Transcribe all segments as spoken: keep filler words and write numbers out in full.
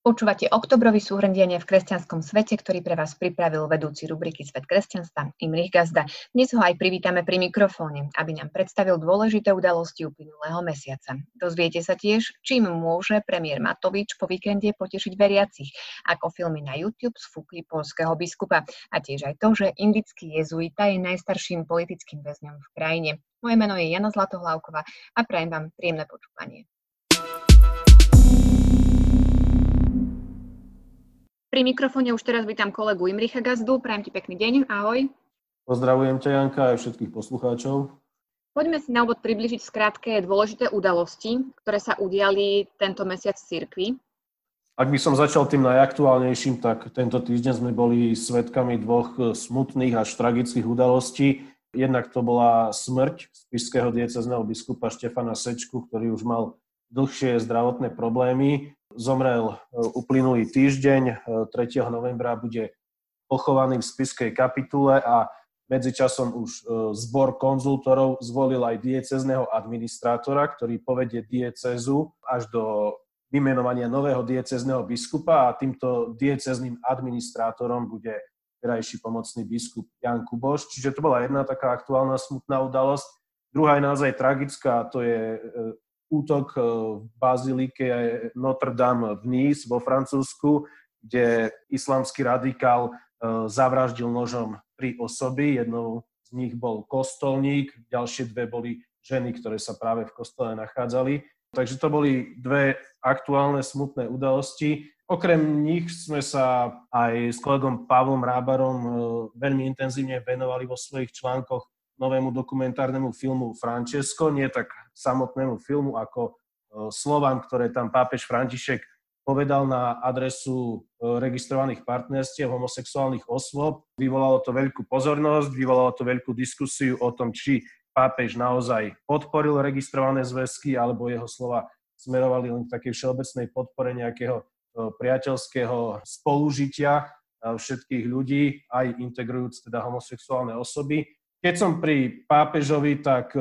Počúvate oktobrový súhrn diania v kresťanskom svete, ktorý pre vás pripravil vedúci rubriky Svet kresťanstva Imrich Gazda. Dnes ho aj privítame pri mikrofóne, aby nám predstavil dôležité udalosti uplynulého mesiaca. Dozviete sa tiež, čím môže premiér Matovič po víkende potešiť veriacich, ako filmy na YouTube sfúkli poľského biskupa, a tiež aj to, že indický jezuita je najstarším politickým väzňom v krajine. Moje meno je Jana Zlatohlávková a prajem vám príjemné počúvanie. Pri mikrofóne už teraz vítam kolegu Imricha Gazdu. Prajem ti pekný deň. Ahoj. Pozdravujem ťa, Janka, aj všetkých poslucháčov. Poďme si na úvod približiť v skratke dôležité udalosti, ktoré sa udiali tento mesiac v cirkvi. Ak by som začal tým najaktuálnejším, tak tento týždeň sme boli svedkami dvoch smutných až tragických udalostí. Jednak to bola smrť spišského diecézneho biskupa Štefana Sečku, ktorý už mal dlhšie zdravotné problémy. Zomrel uplynulý týždeň, tretieho novembra bude pochovaný v spišskej kapitule a medzičasom už zbor konzultorov zvolil aj diecézneho administrátora, ktorý povedie diecézu až do vymenovania nového diecézneho biskupa, a týmto diecézným administrátorom bude terajší pomocný biskup Ján Kuboš. Čiže to bola jedna taká aktuálna smutná udalosť. Druhá je naozaj tragická, to je útok v bazilike Notre Dame v Nice vo Francúzsku, kde islamský radikál zavraždil nožom tri osoby. Jednou z nich bol kostolník, ďalšie dve boli ženy, ktoré sa práve v kostole nachádzali. Takže to boli dve aktuálne smutné udalosti. Okrem nich sme sa aj s kolegom Pavlom Rábarom veľmi intenzívne venovali vo svojich článkoch novému dokumentárnemu filmu Francesco, nie tak samotnému filmu, ako slovám, ktoré tam pápež František povedal na adresu registrovaných partnerstiev homosexuálnych osôb. Vyvolalo to veľkú pozornosť, vyvolalo to veľkú diskusiu o tom, či pápež naozaj podporil registrované zväzky, alebo jeho slova smerovali len k takej všeobecnej podpore nejakého priateľského spolužitia všetkých ľudí, aj integrujúc teda homosexuálne osoby. Keď som pri pápežovi, tak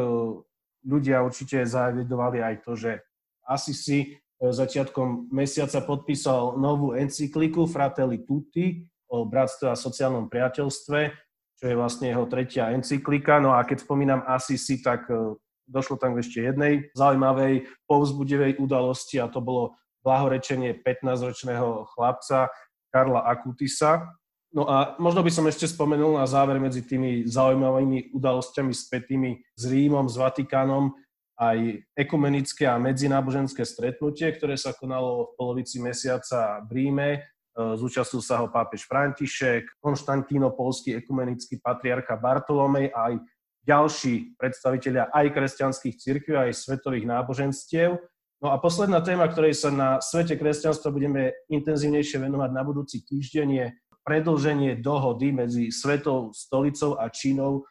ľudia určite zaevidovali aj to, že Assisi začiatkom mesiaca podpísal novú encykliku Fratelli Tutti o bratstve a sociálnom priateľstve, čo je vlastne jeho tretia encyklika. No a keď spomínam Assisi, tak došlo tam k ešte jednej zaujímavej, povzbudivej udalosti, a to bolo blahorečenie pätnásťročného chlapca Karla Akutisa. No a možno by som ešte spomenul na záver medzi tými zaujímavými udalosťami spätými s Rímom, s Vatikánom, aj ekumenické a medzináboženské stretnutie, ktoré sa konalo v polovici mesiaca v Ríme. Zúčastnil sa ho pápež František, konštantínopolský ekumenický patriarcha Bartolomej a aj ďalší predstavitelia aj kresťanských cirkví, aj svetových náboženstiev. No a posledná téma, ktorej sa na svete kresťanstva budeme intenzívnejšie venovať na budúci týždeň, je predĺženie dohody medzi Svetou stolicou a Čínou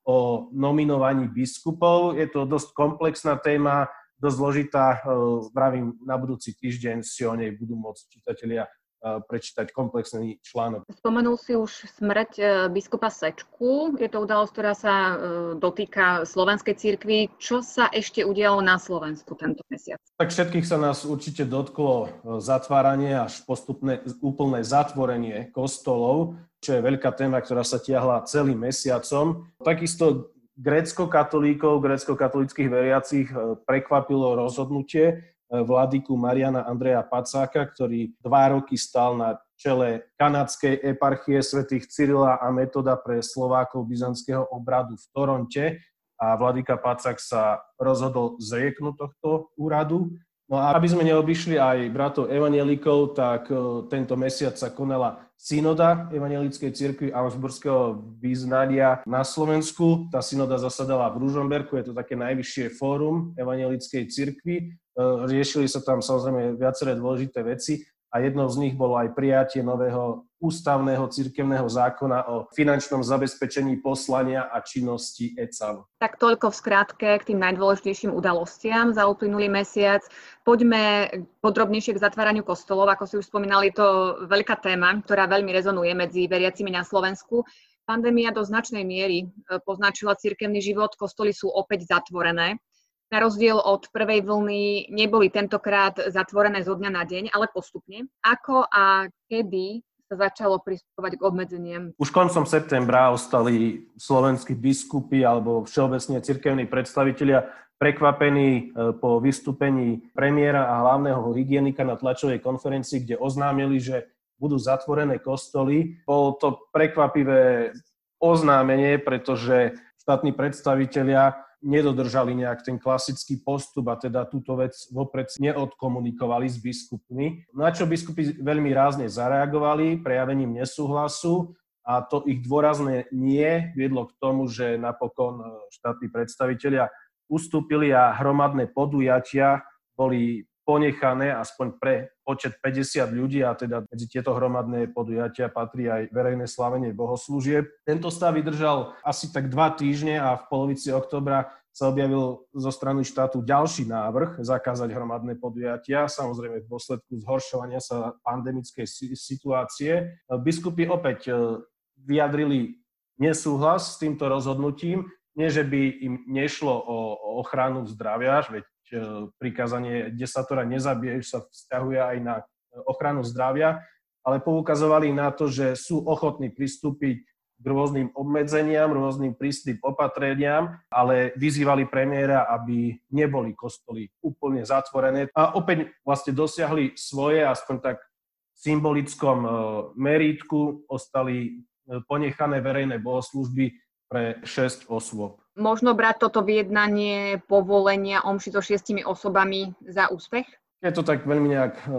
o nominovaní biskupov. Je to dosť komplexná téma, dosť zložitá. Vravím, na budúci týždeň si o nej budú môcť čitatelia prečítať komplexný článok. Spomenul si už smrť biskupa Sečku. Je to udalosť, ktorá sa dotýka slovenskej cirkvi. Čo sa ešte udialo na Slovensku tento mesiac? Tak všetkých sa nás určite dotklo zatváranie až postupné úplné zatvorenie kostolov, čo je veľká téma, ktorá sa tiahla celým mesiacom. Takisto grécko-katolíkov, grécko-katolíckych veriacich prekvapilo rozhodnutie vladyku Mariana Andreja Pacáka, ktorý dva roky stál na čele kanadskej eparchie svätých Cyrila a Metoda pre Slovákov byzantského obradu v Toronte, a vladyka Pacák sa rozhodol zrieknúť tohto úradu. No a aby sme neobyšli aj bratov evanjelikov, tak tento mesiac sa konala synoda evanjelickej cirkvi augsburského vyznania na Slovensku. Tá synoda zasadala v Ružomberku, je to také najvyššie fórum evanjelickej cirkvi. Riešili sa tam samozrejme viaceré dôležité veci a jednou z nich bolo aj prijatie nového ústavného cirkevného zákona o finančnom zabezpečení poslania a činnosti é cé á vé. Tak toľko v skratke k tým najdôležitejším udalostiam za uplynulý mesiac. Poďme podrobnejšie k zatváraniu kostolov. Ako si už spomínali, je to veľká téma, ktorá veľmi rezonuje medzi veriacimi na Slovensku. Pandémia do značnej miery poznačila cirkevný život, kostoly sú opäť zatvorené. na rozdiel od prvej vlny neboli tentokrát zatvorené zo dňa na deň, ale postupne. Ako a kedy sa začalo pristupovať k obmedzeniam? Už koncom septembra ostali slovenskí biskupy alebo všeobecne cirkevní predstavitelia prekvapení po vystúpení premiéra a hlavného hygienika na tlačovej konferencii, kde oznámili, že budú zatvorené kostoly. Bolo to prekvapivé oznámenie, pretože štátni predstavitelia nedodržali nejak ten klasický postup a teda túto vec vopred neodkomunikovali s biskupmi. Na čo biskupy veľmi rázne zareagovali prejavením nesúhlasu a to ich dôrazné nie viedlo k tomu, že napokon štátni predstavitelia ustúpili a hromadné podujatia boli ponechané aspoň pre počet päťdesiat ľudí a teda medzi tieto hromadné podujatia patrí aj verejné slávenie bohoslúžieb. Tento stav vydržal asi tak dva týždne a v polovici októbra sa objavil zo strany štátu ďalší návrh zakázať hromadné podujatia, samozrejme v dôsledku zhoršovania sa pandemickej situácie. Biskupy opäť vyjadrili nesúhlas s týmto rozhodnutím, nie že by im nešlo o ochranu zdravia, veď prikázanie desatора nezabiješ sa vzťahuje aj na ochranu zdravia, ale poukazovali na to, že sú ochotní pristúpiť k rôznym obmedzeniam, rôznym prísnym opatreniam, ale vyzývali premiéra, aby neboli kostoly úplne zatvorené. A opäť vlastne dosiahli svoje, aspoň tak v symbolickom merítku, ostali ponechané verejné bohoslúžby pre šesť osôb. Možno brať toto vyjednanie povolenia omši so šiestimi osobami za úspech? Keď to tak veľmi nejak e,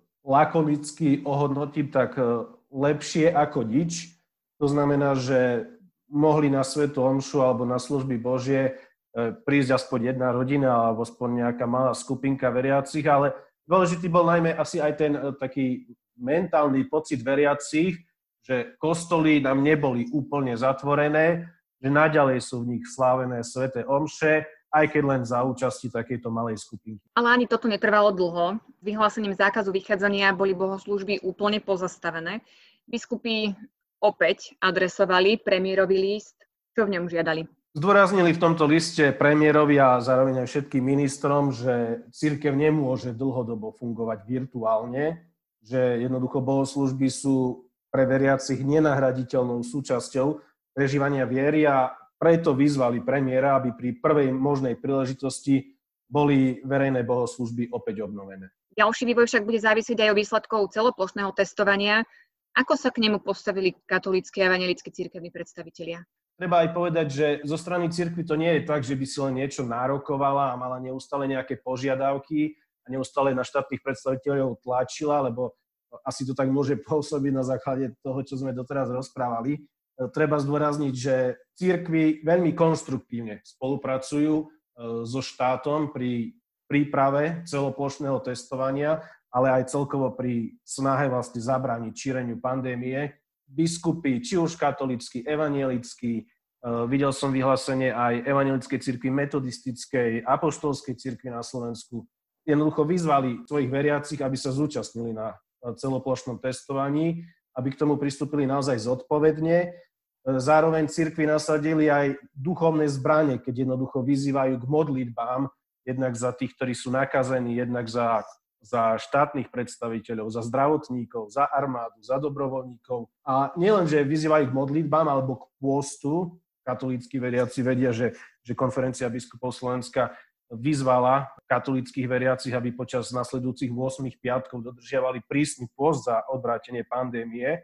lakonicky ohodnotím, tak e, lepšie ako nič. To znamená, že mohli na svätú omšu alebo na služby Božie e, prísť aspoň jedna rodina alebo aspoň nejaká malá skupinka veriacich, ale dôležitý bol najmä asi aj ten e, taký mentálny pocit veriacich, že kostoly nám neboli úplne zatvorené, že naďalej sú v nich slávené sväté omše, aj keď len za účasti takejto malej skupinky. Ale ani toto netrvalo dlho. Vyhlásením zákazu vychádzania boli bohoslúžby úplne pozastavené. Biskupy opäť adresovali premiérový list. Čo v ňom žiadali? Zdôraznili v tomto liste premiérovi a zároveň aj všetkým ministrom, že cirkev nemôže dlhodobo fungovať virtuálne, že jednoducho bohoslúžby sú pre veriacich nenahraditeľnou súčasťou prežívania viery a preto vyzvali premiéra, aby pri prvej možnej príležitosti boli verejné bohoslúžby opäť obnovené. Ďalší vývoj však bude závisieť aj o výsledkov celoplošného testovania. Ako sa k nemu postavili katolícki a evanjelickí cirkevní predstavitelia? Treba aj povedať, že zo strany cirkvi to nie je tak, že by si len niečo nárokovala a mala neustále nejaké požiadavky a neustále na štátnych predstaviteľov tlačila, lebo asi to tak môže pôsobiť na základe toho, čo sme doteraz rozprávali. Treba zdôrazniť, že cirkvi veľmi konštruktívne spolupracujú so štátom pri príprave celoplošného testovania, ale aj celkovo pri snahe vlastne zabrániť šíreniu pandémie. Biskupy, či už katolícky, evanjelický, videl som vyhlásenie aj evanjelickej cirkvi metodistickej, apoštolskej cirkvi na Slovensku, jednoducho vyzvali svojich veriacich, aby sa zúčastnili na celoplošnom testovaní, aby k tomu pristúpili naozaj zodpovedne. Zároveň cirkvi nasadili aj duchovné zbrane, keď jednoducho vyzývajú k modlitbám, jednak za tých, ktorí sú nakazení, jednak za, za štátnych predstaviteľov, za zdravotníkov, za armádu, za dobrovoľníkov. A nielen, že vyzývajú k modlitbám alebo k pôstu, katolícki veriaci vedia, že, že konferencia biskupov Slovenska vyzvala katolíckych veriacich, aby počas nasledujúcich ôsmich piatkov dodržiavali prísny pôst za odvrátenie pandémie.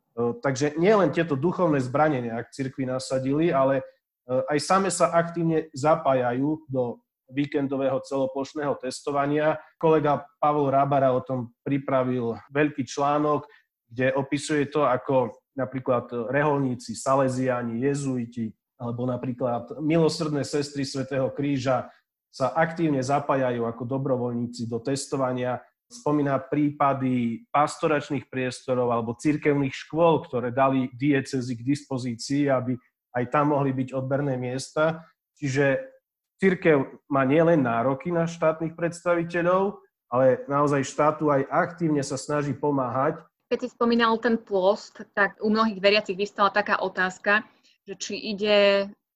Takže nielen tieto duchovné zbranie nejak cirkvi nasadili, ale aj same sa aktívne zapájajú do víkendového celoplošného testovania. Kolega Pavol Rábara o tom pripravil veľký článok, kde opisuje to, ako napríklad reholníci, saleziáni, jezuiti, alebo napríklad milosrdné sestry Svätého kríža sa aktívne zapájajú ako dobrovoľníci do testovania. Spomína prípady pastoračných priestorov alebo cirkevných škôl, ktoré dali diecézy k dispozícii, aby aj tam mohli byť odberné miesta. Čiže cirkev má nielen nároky na štátnych predstaviteľov, ale naozaj štátu aj aktívne sa snaží pomáhať. Keď si spomínal ten pôst, tak u mnohých veriacich vystala taká otázka, že či ide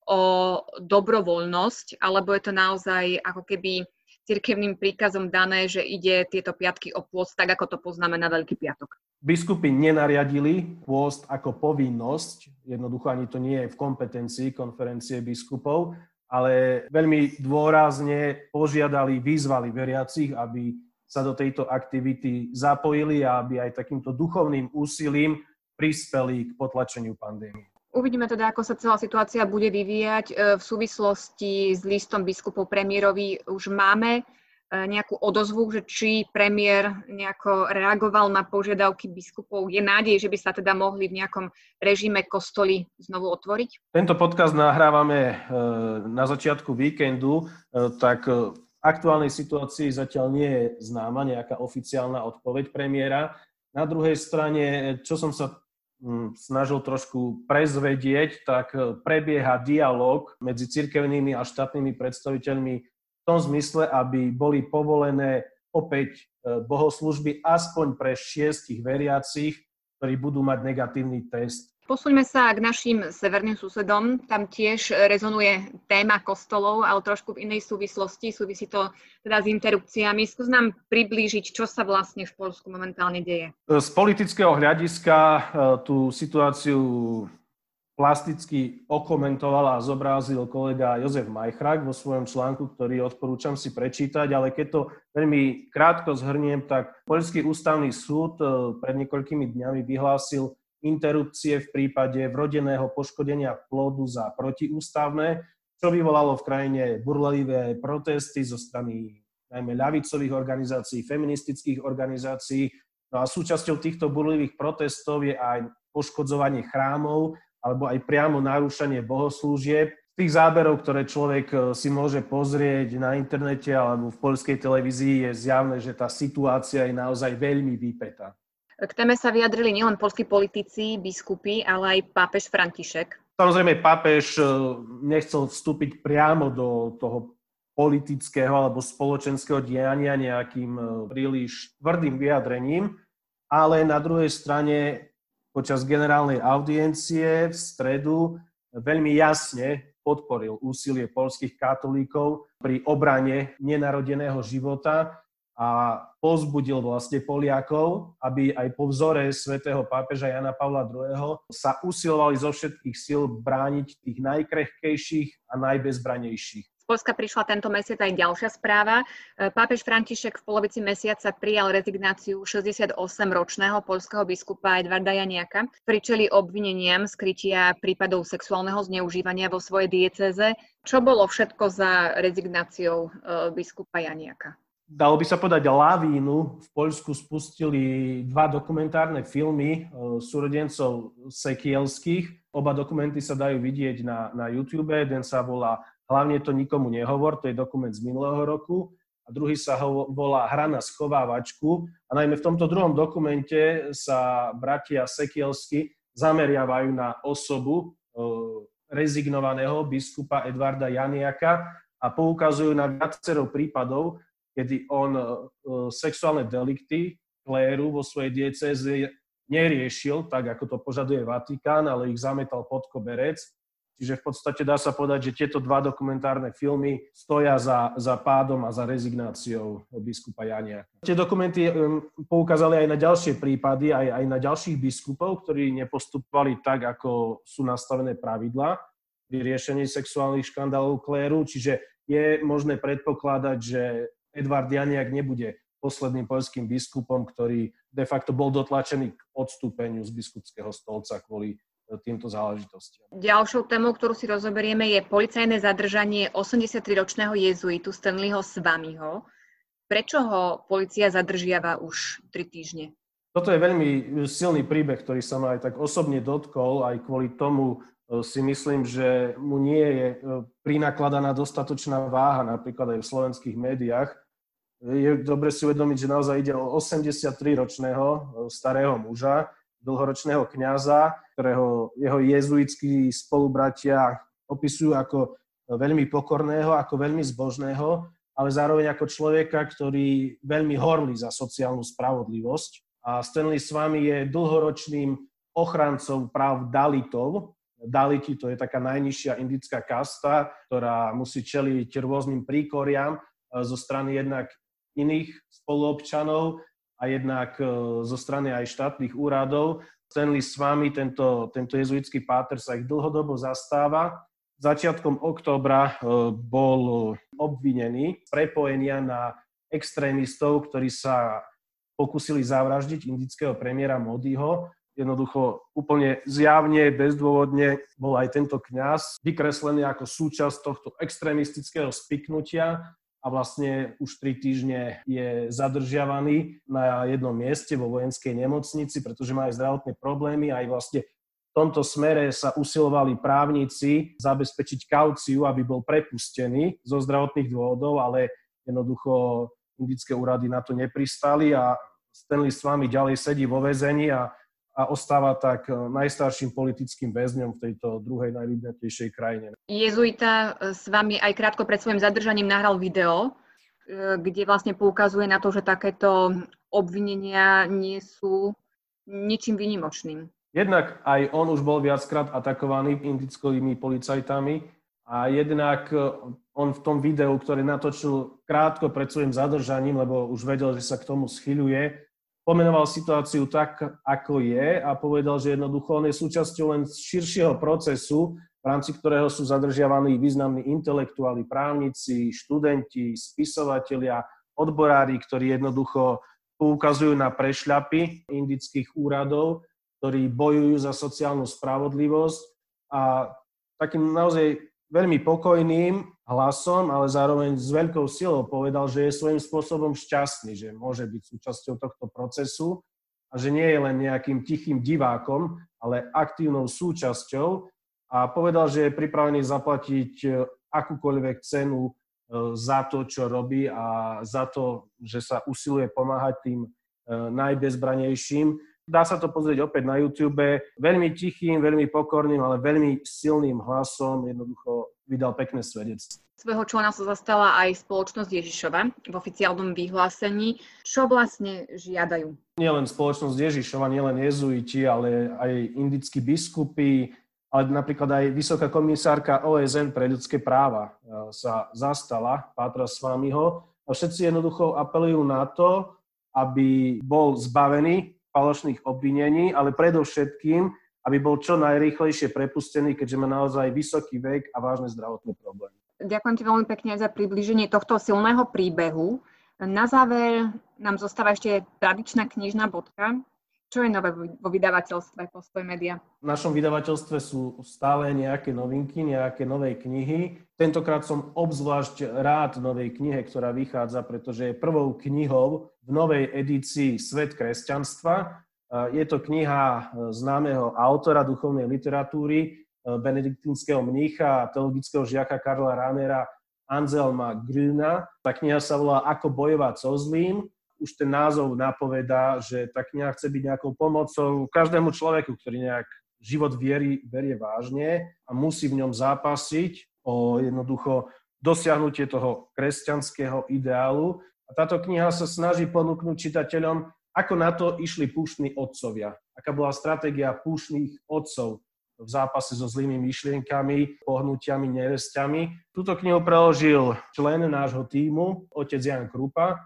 o dobrovoľnosť, alebo je to naozaj ako keby cirkevným príkazom dané, že ide tieto piatky o pôst, tak ako to poznáme na Veľký piatok? Biskupy nenariadili pôst ako povinnosť, jednoducho ani to nie je v kompetencii konferencie biskupov, ale veľmi dôrazne požiadali, vyzvali veriacich, aby sa do tejto aktivity zapojili a aby aj takýmto duchovným úsilím prispeli k potlačeniu pandémie. Uvidíme teda, ako sa celá situácia bude vyvíjať. V súvislosti s listom biskupov premiérovi už máme nejakú odozvu, že či premiér nejako reagoval na požiadavky biskupov. Je nádej, že by sa teda mohli v nejakom režime kostoly znovu otvoriť? Tento podcast nahrávame na začiatku víkendu, tak v aktuálnej situácii zatiaľ nie je známa nejaká oficiálna odpoveď premiéra. Na druhej strane, čo som sa snažil trošku prezvedieť, tak prebieha dialog medzi cirkevnými a štátnymi predstaviteľmi v tom zmysle, aby boli povolené opäť bohoslúžby aspoň pre šiestich veriacich, ktorí budú mať negatívny test. Posuňme sa k našim severným susedom. Tam tiež rezonuje téma kostolov, ale trošku v inej súvislosti. Súvisí to teda s interrupciami. Skús nám priblížiť, čo sa vlastne v Poľsku momentálne deje. Z politického hľadiska tú situáciu plasticky okomentoval a zobrazil kolega Jozef Majchrák vo svojom článku, ktorý odporúčam si prečítať, ale keď to veľmi krátko zhrniem, tak Poľský ústavný súd pred niekoľkými dňami vyhlásil interrupcie v prípade vrodeného poškodenia plodu za protiústavné, čo vyvolalo v krajine burlivé protesty zo strany najmä ľavicových organizácií, feministických organizácií. No a súčasťou týchto burlivých protestov je aj poškodzovanie chrámov alebo aj priamo narúšanie bohoslúžieb. Z tých záberov, ktoré človek si môže pozrieť na internete alebo v poľskej televízii, je zjavné, že tá situácia je naozaj veľmi vypätá. K téme sa vyjadrili nielen poľskí politici, biskupy, ale aj pápež František. Samozrejme, pápež nechcel vstúpiť priamo do toho politického alebo spoločenského diania nejakým príliš tvrdým vyjadrením, ale na druhej strane počas generálnej audiencie v stredu veľmi jasne podporil úsilie poľských katolíkov pri obrane nenarodeného života a povzbudil vlastne Poliakov, aby aj po vzore svätého pápeža Jana Pavla druhého. sa usilovali zo všetkých síl brániť tých najkrehkejších a najbezbrannejších. Z Poľska prišla tento mesiac aj ďalšia správa. Pápež František v polovici mesiaca prijal rezignáciu šesťdesiatosemročného poľského biskupa Edvarda Janiaka, ktorý čelí obvineniam skrytia prípadov sexuálneho zneužívania vo svojej diecéze. Čo bolo všetko za rezignáciou biskupa Janiaka? Dalo by sa povedať lavínu. V Poľsku spustili dva dokumentárne filmy súrodencov Sekielských. Oba dokumenty sa dajú vidieť na, na YouTube. Jeden sa volá Hlavne to nikomu nehovor, to je dokument z minulého roku. A druhý sa ho, volá Hra na schovávačku. A najmä v tomto druhom dokumente sa bratia Sekielsky zameriavajú na osobu e, rezignovaného biskupa Edvarda Janiaka a poukazujú na viacero prípadov, kedy on e, sexuálne delikty kléru vo svojej diecéze neriešil, tak ako to požaduje Vatikán, ale ich zametal pod koberec. Čiže v podstate dá sa povedať, že tieto dva dokumentárne filmy stoja za, za pádom a za rezignáciou biskupa Janiaka. Tie dokumenty um, poukázali aj na ďalšie prípady, aj, aj na ďalších biskupov, ktorí nepostupovali tak, ako sú nastavené pravidlá pri riešení sexuálnych škandálov kléru. Čiže je možné predpokladať, že Edvard Janiak nebude posledným poľským biskupom, ktorý de facto bol dotlačený k odstúpeniu z biskupského stolca kvôli týmto záležitostiam. Ďalšou témou, ktorú si rozoberieme, je policajné zadržanie osemdesiatriročného jezuitu Stanleyho Swamiho. Prečo ho polícia zadržiava už tri týždne? Toto je veľmi silný príbeh, ktorý sa ma aj tak osobne dotkol. Aj kvôli tomu si myslím, že mu nie je prinakladaná dostatočná váha, napríklad aj v slovenských médiách. Je dobre si uvedomiť, že naozaj ide o osemdesiatriročného starého muža, dlhoročného kňaza, ktorého jeho jezuitskí spolubratia opisujú ako veľmi pokorného, ako veľmi zbožného, ale zároveň ako človeka, ktorý veľmi horlí za sociálnu spravodlivosť. A Stanley Swami je dlhoročným ochrancom práv Dalitov Daliti, to je taká najnižšia indická kasta, ktorá musí čeliť rôznym príkoriam zo strany jednak iných spoluobčanov a jednak zo strany aj štátnych úradov. Stanley Swamy, tento, tento jezuitský páter, sa ich dlhodobo zastáva. Začiatkom októbra bol obvinený z prepojenia na extrémistov, ktorí sa pokúsili zavraždiť indického premiéra Modiho. Jednoducho úplne zjavne, bezdôvodne bol aj tento kňaz vykreslený ako súčasť tohto extrémistického spiknutia a vlastne už tri týždne je zadržiavaný na jednom mieste vo vojenskej nemocnici, pretože má aj zdravotné problémy. Aj vlastne v tomto smere sa usilovali právnici zabezpečiť kauciu, aby bol prepustený zo zdravotných dôvodov, ale jednoducho indické úrady na to nepristali a Stanley Swamy ďalej sedí vo väzení a a ostáva tak najstarším politickým väzňom v tejto druhej najľudnatejšej krajine. Jezuita s vami aj krátko pred svojim zadržaním nahral video, kde vlastne poukazuje na to, že takéto obvinenia nie sú ničím výnimočným. Jednak aj on už bol viackrát atakovaný indickými policajtami a jednak on v tom videu, ktoré natočil krátko pred svojim zadržaním, lebo už vedel, že sa k tomu schyľuje, pomenoval situáciu tak, ako je a povedal, že jednoducho on je súčasťou len širšieho procesu, v rámci ktorého sú zadržiavaní významní intelektuáli, právnici, študenti, spisovatelia, odborári, ktorí jednoducho poukazujú na prešľapy indických úradov, ktorí bojujú za sociálnu spravodlivosť a takým naozaj veľmi pokojným hlasom, ale zároveň s veľkou silou povedal, že je svojím spôsobom šťastný, že môže byť súčasťou tohto procesu a že nie je len nejakým tichým divákom, ale aktívnou súčasťou a povedal, že je pripravený zaplatiť akúkoľvek cenu za to, čo robí a za to, že sa usiluje pomáhať tým najbezbranejším. Dá sa to pozrieť opäť na YouTube. Veľmi tichým, veľmi pokorným, ale veľmi silným hlasom jednoducho vydal pekné svedectvo. Svojho člena sa zastala aj spoločnosť Ježišova v oficiálnom vyhlásení. Čo vlastne žiadajú? Nielen spoločnosť Ježišova, nielen jezuiti, ale aj indickí biskupy, ale napríklad aj vysoká komisárka ó es en pre ľudské práva sa zastala pátra Swamyho. A všetci jednoducho apelujú na to, aby bol zbavený falošných obvinení, ale predovšetkým, aby bol čo najrýchlejšie prepustený, keďže má naozaj vysoký vek a vážne zdravotné problémy. Ďakujem ti veľmi pekne za priblíženie tohto silného príbehu. Na záver nám zostáva ešte tradičná knižná bodka. Čo je nové vo vydavateľstve Postoj Media? V našom vydavateľstve sú stále nejaké novinky, nejaké nové knihy. Tentokrát som obzvlášť rád novej knihe, ktorá vychádza, pretože je prvou knihou v novej edícii Svet kresťanstva. Je to kniha známeho autora duchovnej literatúry, benediktínskeho mnícha a teologického žiaka Karla Ranera Anselma Grüna. Tá kniha sa volá Ako bojovať so zlým. Už ten názov napovedá, že tá kniha chce byť nejakou pomocou každému človeku, ktorý nejak život viery berie vážne a musí v ňom zápasiť o jednoducho dosiahnutie toho kresťanského ideálu. A táto kniha sa snaží ponúknuť čitateľom, ako na to išli púštni otcovia. Aká bola stratégia púštnych otcov v zápase so zlými myšlienkami, pohnutiami, neresťami. Túto knihu preložil člen nášho tímu, otec Jan Krupa.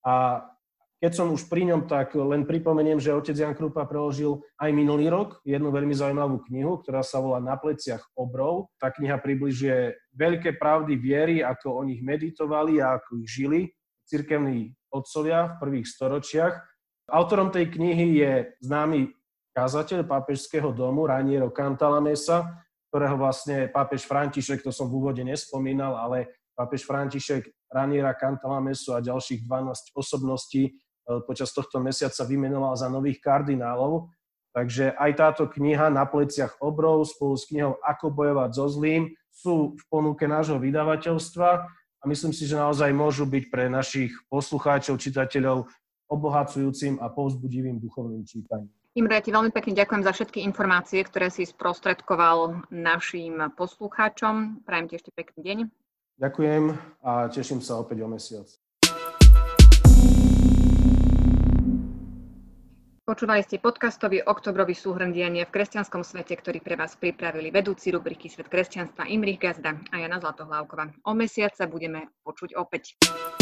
A keď som už pri ňom, tak len pripomeniem, že otec Jan Krupa preložil aj minulý rok jednu veľmi zaujímavú knihu, ktorá sa volá Na pleciach obrov. Tá kniha približuje veľké pravdy viery, ako o nich meditovali a ako ich žili cirkevní otcovia v prvých storočiach. Autorom tej knihy je známy kazateľ pápežského domu Raniero Cantalamessa, ktorého vlastne pápež František, to som v úvode nespomínal, ale pápež František Raniera Cantalamessu a ďalších dvanásť osobností počas tohto mesiaca vymenoval za nových kardinálov. Takže aj táto kniha Na pleciach obrov spolu s knihou Ako bojovať so zlým sú v ponuke nášho vydavateľstva a myslím si, že naozaj môžu byť pre našich poslucháčov, čitateľov obohacujúcim a povzbudivým duchovným čítaním. Imre, ja ti veľmi pekne ďakujem za všetky informácie, ktoré si sprostredkoval našim poslucháčom. Prajem ti ešte pekný deň. Ďakujem a teším sa opäť o mesiac. Počúvali ste podcastový oktobrový súhrn diania v kresťanskom svete, ktorý pre vás pripravili vedúci rubriky Svet kresťanstva Imrich Gazda a Jana Zlatohlávková. O mesiac sa budeme počuť opäť.